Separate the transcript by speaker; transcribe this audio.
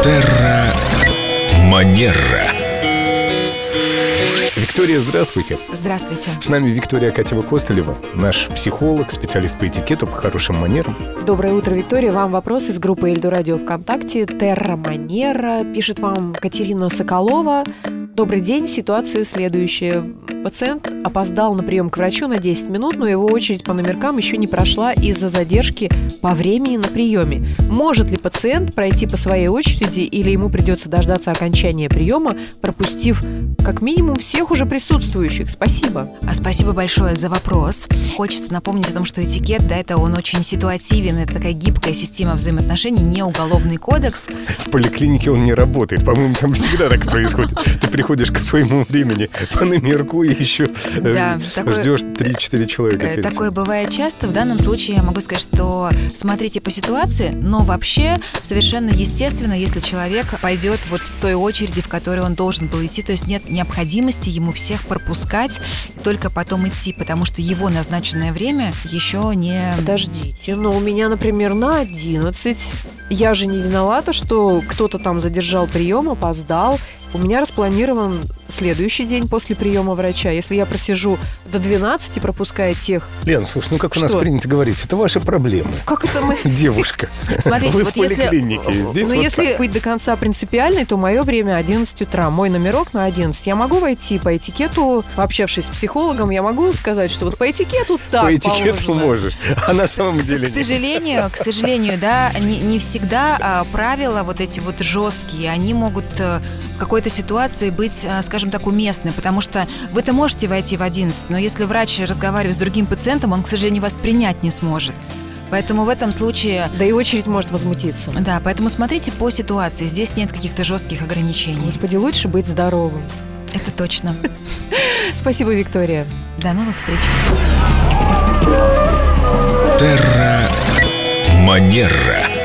Speaker 1: Манера.
Speaker 2: Виктория, здравствуйте.
Speaker 3: Здравствуйте.
Speaker 2: С нами Виктория Катева-Костылева, наш психолог, специалист по этикету, по хорошим манерам.
Speaker 3: Доброе утро, Виктория. Вам вопрос из группы Эльдо Радио ВКонтакте. Терра Манера. Пишет вам Катерина Соколова. Добрый день. Ситуация следующая. Пациент опоздал на прием к врачу на 10 минут, но его очередь по номеркам еще не прошла из-за задержки по времени на приеме. Может ли пациент пройти по своей очереди или ему придется дождаться окончания приема, пропустив как минимум всех уже присутствующих? Спасибо.
Speaker 4: Спасибо большое за вопрос. Хочется напомнить о том, что этикет, это он очень ситуативен, это такая гибкая система взаимоотношений, не уголовный кодекс.
Speaker 2: В поликлинике он не работает, по-моему, там всегда так происходит. Ты приходишь к своему времени по номерку и еще ждешь 3-4 человека.
Speaker 4: Такое бывает часто. В данном случае я могу сказать, что смотрите по ситуации, но вообще совершенно естественно, если человек пойдет вот в той очереди, в которой он должен был идти, то есть нет необходимости ему всех пропускать, только потом идти, потому что его назначенное время еще не...
Speaker 3: Подождите, но у меня, например, на 11. Я же не виновата, что кто-то там задержал прием, опоздал. У меня распланирован следующий день после приема врача. Если я просижу до 12, пропуская тех...
Speaker 2: Лен, слушай, как у нас принято говорить, это ваши проблемы.
Speaker 3: Как это мы...
Speaker 2: Девушка,
Speaker 4: смотрите,
Speaker 2: вы
Speaker 4: вот
Speaker 2: в поликлинике.
Speaker 3: Если быть до конца принципиальной, то мое время 11 утра. Мой номерок на 11. Я могу войти по этикету, пообщавшись с психологом, я могу сказать, что вот по этикету так
Speaker 2: по этикету
Speaker 3: положено.
Speaker 2: Можешь, а на самом деле...
Speaker 4: К сожалению, да, не всегда правила вот эти вот жесткие, они могут в какой-то ситуации быть, скажем так, уместны, потому что вы-то можете войти в 11, но если врач разговаривает с другим пациентом, он, к сожалению, вас принять не сможет. Поэтому в этом случае...
Speaker 3: Да и очередь может возмутиться.
Speaker 4: Да, поэтому смотрите по ситуации, здесь нет каких-то жестких ограничений.
Speaker 3: Господи, лучше быть здоровым.
Speaker 4: Это точно.
Speaker 3: Спасибо, Виктория.
Speaker 4: До новых встреч.
Speaker 1: Манера.